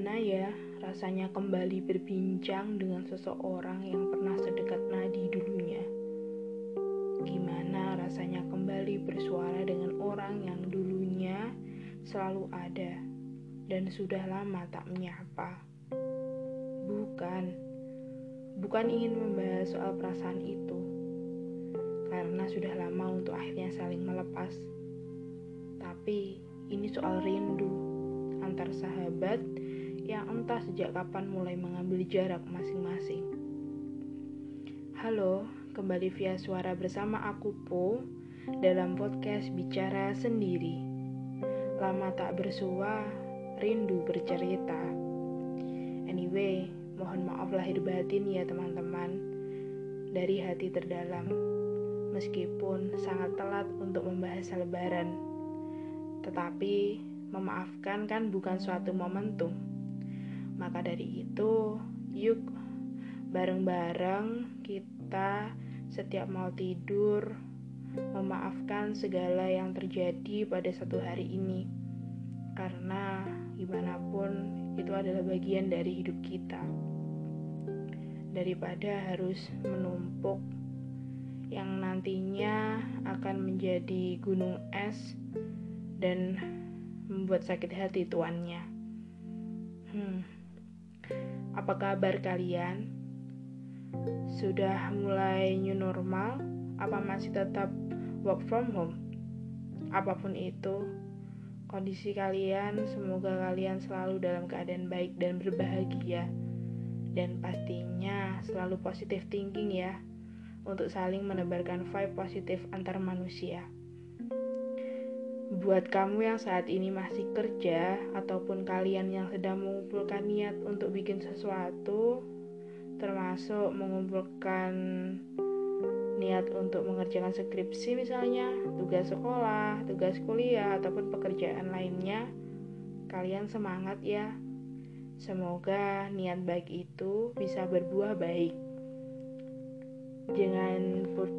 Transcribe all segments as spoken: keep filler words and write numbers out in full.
Gimana ya rasanya kembali berbincang dengan seseorang yang pernah sedekat nadi dulunya? Gimana rasanya kembali bersuara dengan orang yang dulunya selalu ada dan sudah lama tak menyapa? Bukan, bukan ingin membahas soal perasaan itu, karena sudah lama untuk akhirnya saling melepas. Tapi ini soal rindu antar sahabat yang entah sejak kapan mulai mengambil jarak masing-masing. Halo, kembali via suara bersama aku Po dalam podcast Bicara Sendiri. Lama tak bersua, rindu bercerita. Anyway, mohon maaf lahir batin ya teman-teman, dari hati terdalam. Meskipun sangat telat untuk membahas Lebaran, tetapi memaafkan kan bukan suatu momentum. Maka dari itu, yuk bareng-bareng kita setiap mau tidur memaafkan segala yang terjadi pada satu hari ini. Karena gimana pun itu adalah bagian dari hidup kita. Daripada harus menumpuk yang nantinya akan menjadi gunung es dan membuat sakit hati tuannya. Hmm. Apa kabar kalian? Sudah mulai new normal? Apa masih tetap work from home? Apapun itu, kondisi kalian, semoga kalian selalu dalam keadaan baik dan berbahagia. Dan pastinya selalu positive thinking ya, untuk saling menebarkan vibe positif antar manusia. Buat kamu yang saat ini masih kerja, ataupun kalian yang sedang mengumpulkan niat untuk bikin sesuatu, termasuk mengumpulkan niat untuk mengerjakan skripsi misalnya, tugas sekolah, tugas kuliah, ataupun pekerjaan lainnya, kalian semangat ya. Semoga niat baik itu bisa berbuah baik. Jangan put-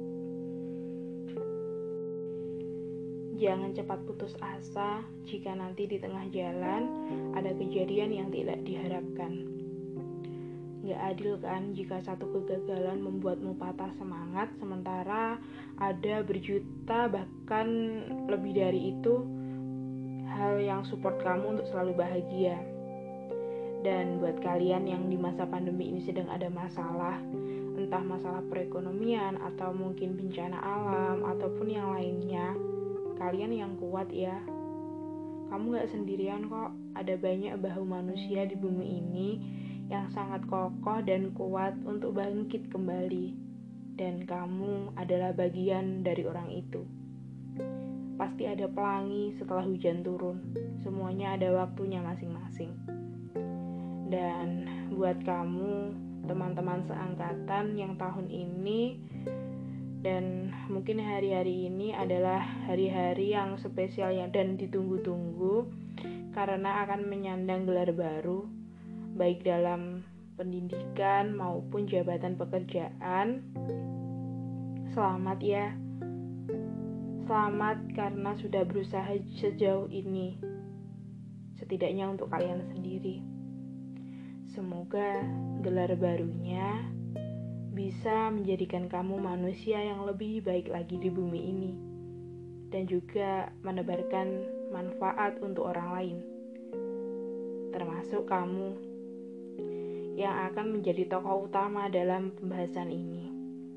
Jangan cepat putus asa jika nanti di tengah jalan ada kejadian yang tidak diharapkan. Gak adil kan jika satu kegagalan membuatmu patah semangat, sementara ada berjuta bahkan lebih dari itu hal yang support kamu untuk selalu bahagia. Dan buat kalian yang di masa pandemi ini sedang ada masalah, entah masalah perekonomian atau mungkin bencana alam ataupun yang lainnya, kalian yang kuat ya. Kamu gak sendirian kok. Ada banyak bahu manusia di bumi ini yang sangat kokoh dan kuat untuk bangkit kembali. Dan kamu adalah bagian dari orang itu. Pasti ada pelangi setelah hujan turun. Semuanya ada waktunya masing-masing. Dan buat kamu, teman-teman seangkatan yang tahun ini dan mungkin hari-hari ini adalah hari-hari yang spesial dan ditunggu-tunggu karena akan menyandang gelar baru, baik dalam pendidikan maupun jabatan pekerjaan. Selamat ya. Selamat karena sudah berusaha sejauh ini, setidaknya untuk kalian sendiri. Semoga gelar barunya bisa menjadikan kamu manusia yang lebih baik lagi di bumi ini, dan juga menebarkan manfaat untuk orang lain, termasuk kamu yang akan menjadi tokoh utama dalam pembahasan ini.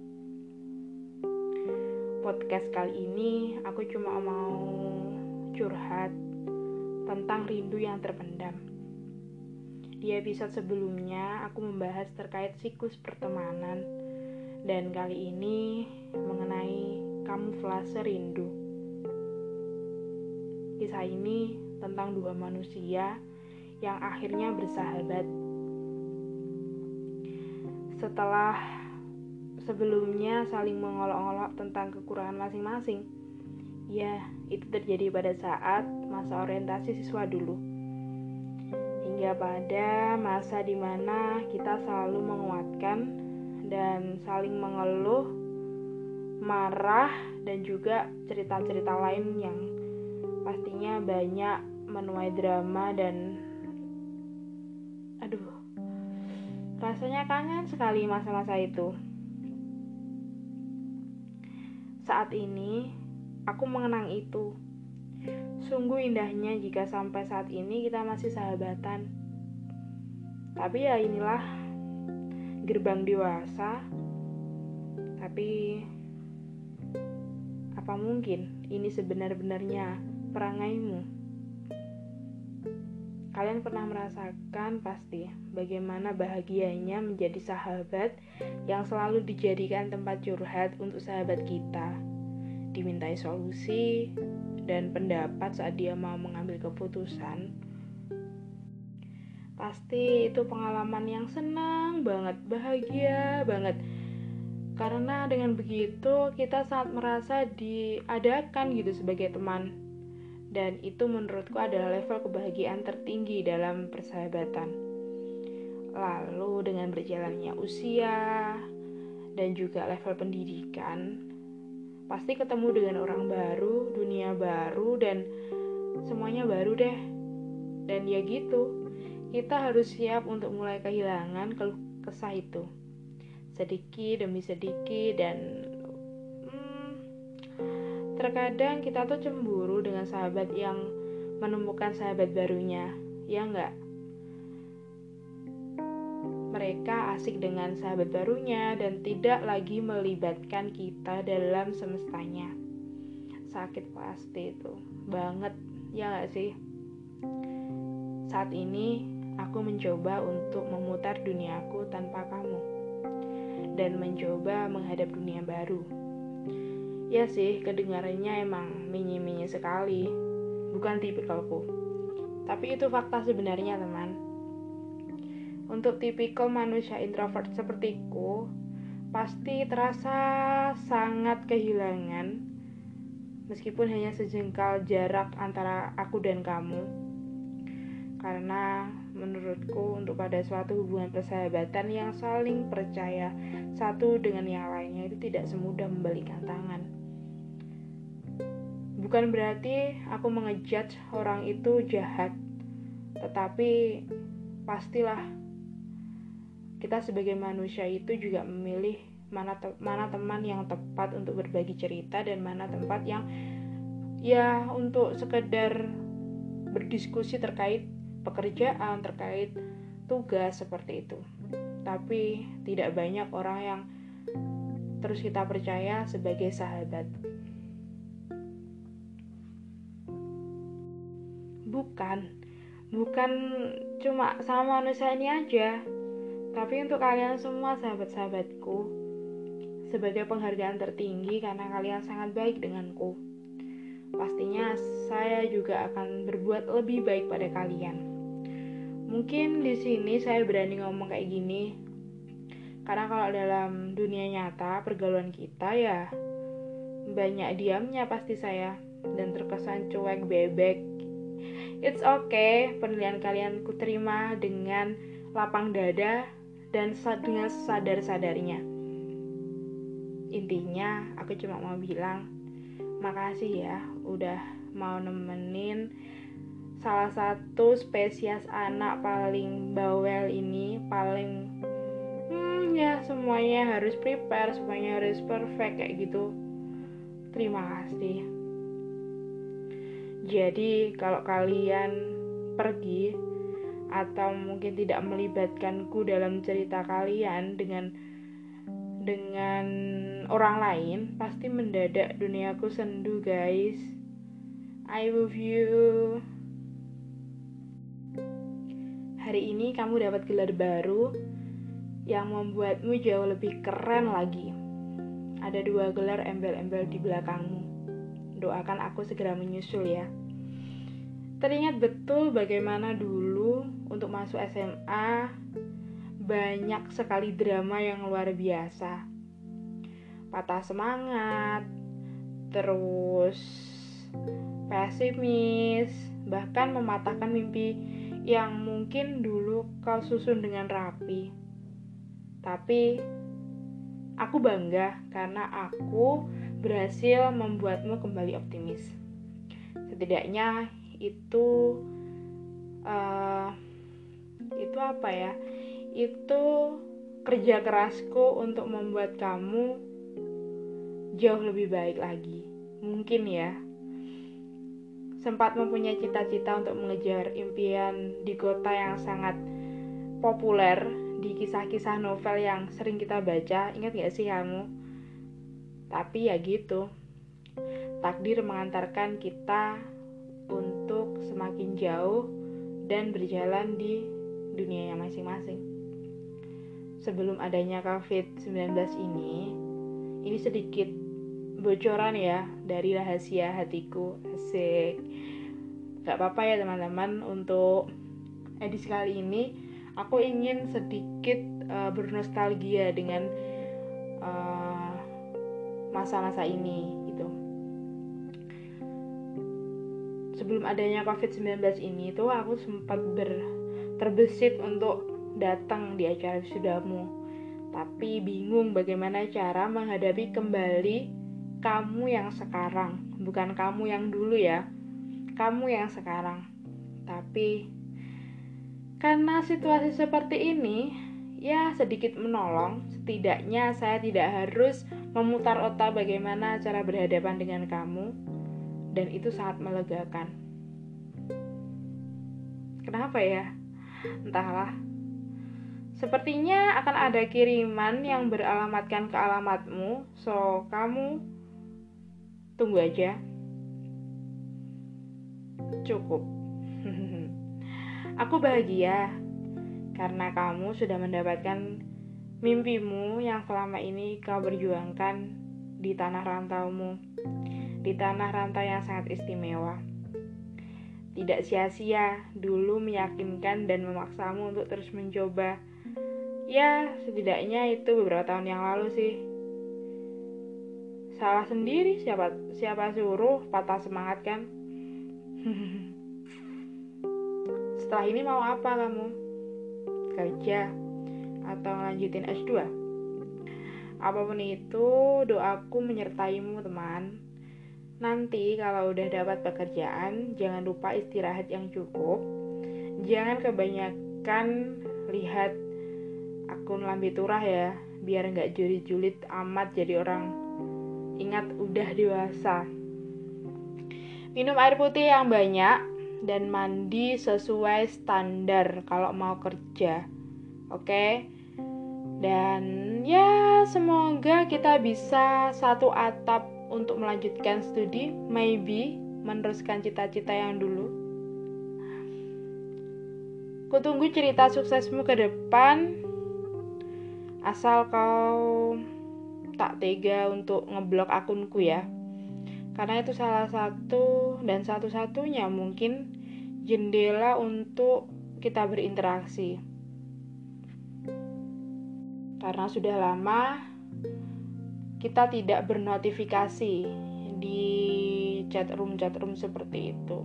Podcast kali ini aku cuma mau curhat tentang rindu yang terpendam. Di episode sebelumnya, aku membahas terkait siklus pertemanan, dan kali ini mengenai kamuflase rindu. Kisah ini tentang dua manusia yang akhirnya bersahabat. Setelah sebelumnya saling mengolok-olok tentang kekurangan masing-masing. Ya, itu terjadi pada saat masa orientasi siswa dulu. Hingga pada masa dimana kita selalu menguatkan dan saling mengeluh, marah, dan juga cerita-cerita lain yang pastinya banyak menuai drama dan Aduh, rasanya kangen sekali masa-masa itu. Saat ini, aku mengenang itu. Sungguh indahnya jika sampai saat ini kita masih sahabatan. Tapi ya inilah gerbang dewasa. Tapi apa mungkin ini sebenar-benarnya perangaimu? Kalian pernah merasakan pasti bagaimana bahagianya menjadi sahabat yang selalu dijadikan tempat curhat untuk sahabat kita, dimintai solusi dan pendapat saat dia mau mengambil keputusan. Pasti itu pengalaman yang senang banget, bahagia banget. Karena dengan begitu kita sangat merasa diadakan gitu sebagai teman. Dan itu menurutku adalah level kebahagiaan tertinggi dalam persahabatan. Lalu dengan berjalannya usia dan juga level pendidikan, pasti ketemu dengan orang baru, dunia baru, dan semuanya baru deh. Dan ya gitu, kita harus siap untuk mulai kehilangan keluh kesah itu, sedikit demi sedikit. Dan hmm, terkadang kita tuh cemburu dengan sahabat yang menemukan sahabat barunya, ya enggak? Mereka asik dengan sahabat barunya dan tidak lagi melibatkan kita dalam semestanya. Sakit pasti itu banget, ya enggak sih? Saat ini aku mencoba untuk memutar duniaku tanpa kamu dan mencoba menghadap dunia baru. Ya sih, kedengarannya emang minyi-minyi sekali, bukan tipikalku. Tapi itu fakta sebenarnya, teman. Untuk tipikal manusia introvert sepertiku, pasti terasa sangat kehilangan, meskipun hanya sejengkal jarak antara aku dan kamu. Karena menurutku untuk pada suatu hubungan persahabatan yang saling percaya satu dengan yang lainnya itu tidak semudah membalikan tangan. Bukan berarti aku mengejudge orang itu jahat, tetapi pastilah kita sebagai manusia itu juga memilih mana te- mana teman yang tepat untuk berbagi cerita dan mana tempat yang ya untuk sekedar berdiskusi terkait pekerjaan, terkait tugas seperti itu. Tapi tidak banyak orang yang terus kita percaya sebagai sahabat. Bukan, bukan cuma sama manusia ini aja, tapi untuk kalian semua sahabat-sahabatku, sebagai penghargaan tertinggi karena kalian sangat baik denganku. Pastinya saya juga akan berbuat lebih baik pada kalian. Mungkin di sini saya berani ngomong kayak gini, karena kalau dalam dunia nyata pergaulan kita ya banyak diamnya pasti saya dan terkesan cuek bebek. It's okay, penilaian kalian ku terima dengan lapang dada dan dengan sadar-sadarnya. Intinya aku cuma mau bilang makasih ya udah mau nemenin salah satu spesies anak paling bawel ini, paling hmm ya semuanya harus prepare, semuanya harus perfect kayak gitu. Terima kasih. Jadi kalau kalian pergi atau mungkin tidak melibatkanku dalam cerita kalian dengan dengan orang lain, pasti mendadak duniaku sendu, guys. I love you. Hari ini kamu dapat gelar baru yang membuatmu jauh lebih keren lagi. Ada dua gelar embel-embel di belakangmu. Doakan aku segera menyusul ya. Teringat betul bagaimana dulu untuk masuk S M A banyak sekali drama yang luar biasa. Patah semangat, terus pesimis, bahkan mematahkan mimpi yang mungkin dulu kau susun dengan rapi. Tapi aku bangga karena aku berhasil membuatmu kembali optimis. Setidaknya itu uh, itu apa ya? Itu kerja kerasku untuk membuat kamu jauh lebih baik lagi. Mungkin ya, sempat mempunyai cita-cita untuk mengejar impian di kota yang sangat populer di kisah-kisah novel yang sering kita baca. Ingat gak sih kamu? Tapi ya gitu, takdir mengantarkan kita untuk semakin jauh dan berjalan di dunia yang masing-masing. Sebelum adanya covid sembilan belas ini, ini sedikit bocoran ya dari rahasia hatiku. Asik. Gak apa-apa ya teman-teman, untuk edisi kali ini aku ingin sedikit uh, bernostalgia dengan uh, masa-masa ini gitu. Sebelum adanya covid sembilan belas ini tuh aku sempat ber, terbesit untuk datang di acara wisudamu, tapi bingung bagaimana cara menghadapi kembali kamu yang sekarang, bukan kamu yang dulu ya, kamu yang sekarang. Tapi karena situasi seperti ini, ya sedikit menolong, setidaknya saya tidak harus memutar otak bagaimana cara berhadapan dengan kamu, dan itu sangat melegakan. Kenapa ya? Entahlah. Sepertinya akan ada kiriman yang beralamatkan ke alamatmu, so kamu tunggu aja. Cukup. Aku bahagia karena kamu sudah mendapatkan mimpimu yang selama ini kau berjuangkan di tanah rantaumu, di tanah rantau yang sangat istimewa. Tidak sia-sia dulu meyakinkan dan memaksamu untuk terus mencoba. Ya, setidaknya itu beberapa tahun yang lalu sih. Salah sendiri, siapa siapa suruh patah semangat kan? Setelah ini mau apa kamu? Kerja atau lanjutin S dua? Apapun itu, doaku menyertaimu teman. Nanti kalau udah dapat pekerjaan, jangan lupa istirahat yang cukup. Jangan kebanyakan lihat akun lambe turah ya, biar gak julid-julid amat jadi orang. Ingat, udah dewasa. Minum air putih yang banyak dan mandi sesuai standar kalau mau kerja. Oke? Dan ya semoga kita bisa satu atap untuk melanjutkan studi, maybe meneruskan cita-cita yang dulu. Kutunggu cerita suksesmu ke depan. Asal kau tak tega untuk ngeblok akunku ya. Karena itu salah satu dan satu-satunya mungkin jendela untuk kita berinteraksi. Karena sudah lama kita tidak bernotifikasi di chat room-chat room seperti itu.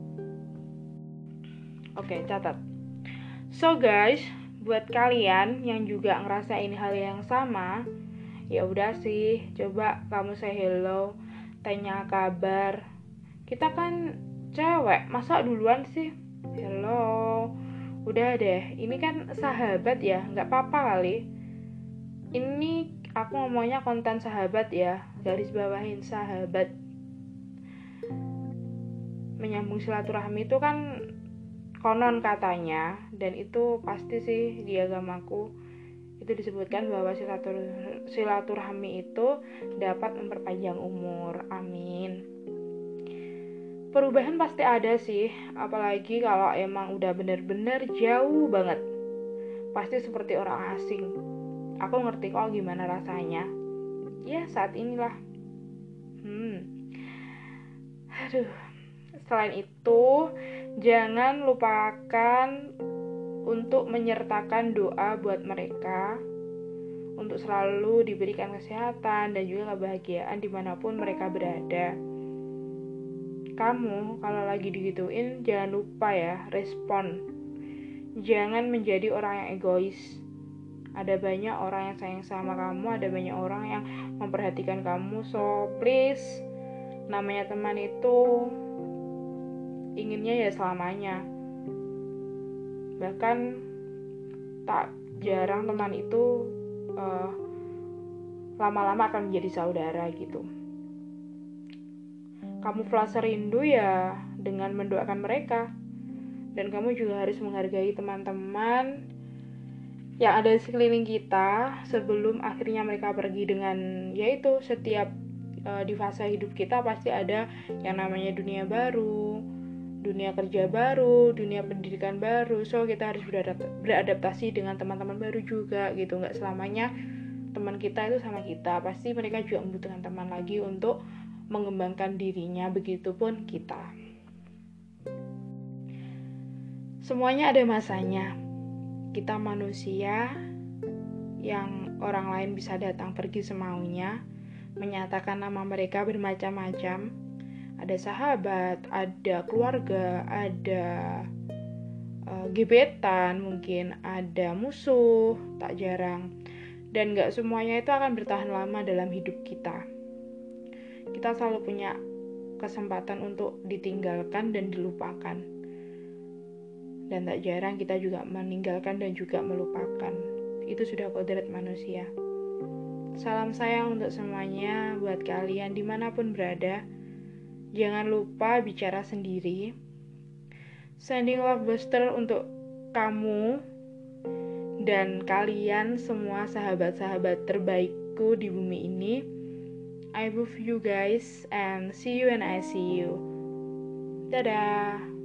Oke, catat. So guys, buat kalian yang juga ngerasain hal yang sama, ya udah sih, coba kamu say hello, tanya kabar. Kita kan cewek, masa duluan sih? Hello, udah deh, ini kan sahabat ya, nggak apa-apa kali. Ini aku ngomongnya konten sahabat ya, garis bawahin sahabat. Menyambung silaturahmi itu kan konon katanya, dan itu pasti sih di agamaku itu disebutkan bahwa silatur, silaturahmi itu dapat memperpanjang umur. Amin. Perubahan pasti ada sih, apalagi kalau emang udah bener-bener jauh banget, pasti seperti orang asing. Aku ngerti kok gimana rasanya. Ya saat inilah. Hmm. Aduh. Selain itu, jangan lupakan untuk menyertakan doa buat mereka, untuk selalu diberikan kesehatan dan juga kebahagiaan dimanapun mereka berada. Kamu kalau lagi digituin, jangan lupa ya, respon. Jangan menjadi orang yang egois. Ada banyak orang yang sayang sama kamu, ada banyak orang yang memperhatikan kamu, so please, namanya teman itu inginnya ya selamanya. Bahkan tak jarang teman itu uh, lama-lama akan menjadi saudara gitu. Kamuflase rindu ya dengan mendoakan mereka. Dan kamu juga harus menghargai teman-teman yang ada di sekeliling kita sebelum akhirnya mereka pergi. Dengan yaitu setiap uh, di fase hidup kita pasti ada yang namanya dunia baru, dunia kerja baru, dunia pendidikan baru. So kita harus beradapt- beradaptasi dengan teman-teman baru juga gitu. Nggak selamanya teman kita itu sama kita, pasti mereka juga membutuhkan teman lagi untuk mengembangkan dirinya, begitupun kita. Semuanya ada masanya. Kita manusia yang orang lain bisa datang pergi semaunya, menyatakan nama mereka bermacam-macam. Ada sahabat, ada keluarga, ada uh, gebetan, mungkin ada musuh, tak jarang. Dan gak semuanya itu akan bertahan lama dalam hidup kita. Kita selalu punya kesempatan untuk ditinggalkan dan dilupakan. Dan tak jarang kita juga meninggalkan dan juga melupakan. Itu sudah kodrat manusia. Salam sayang untuk semuanya, buat kalian dimanapun berada. Jangan lupa bicara sendiri. Sending love booster untuk kamu dan kalian semua, sahabat-sahabat terbaikku di bumi ini. I love you guys and see you when I see you. Dadah.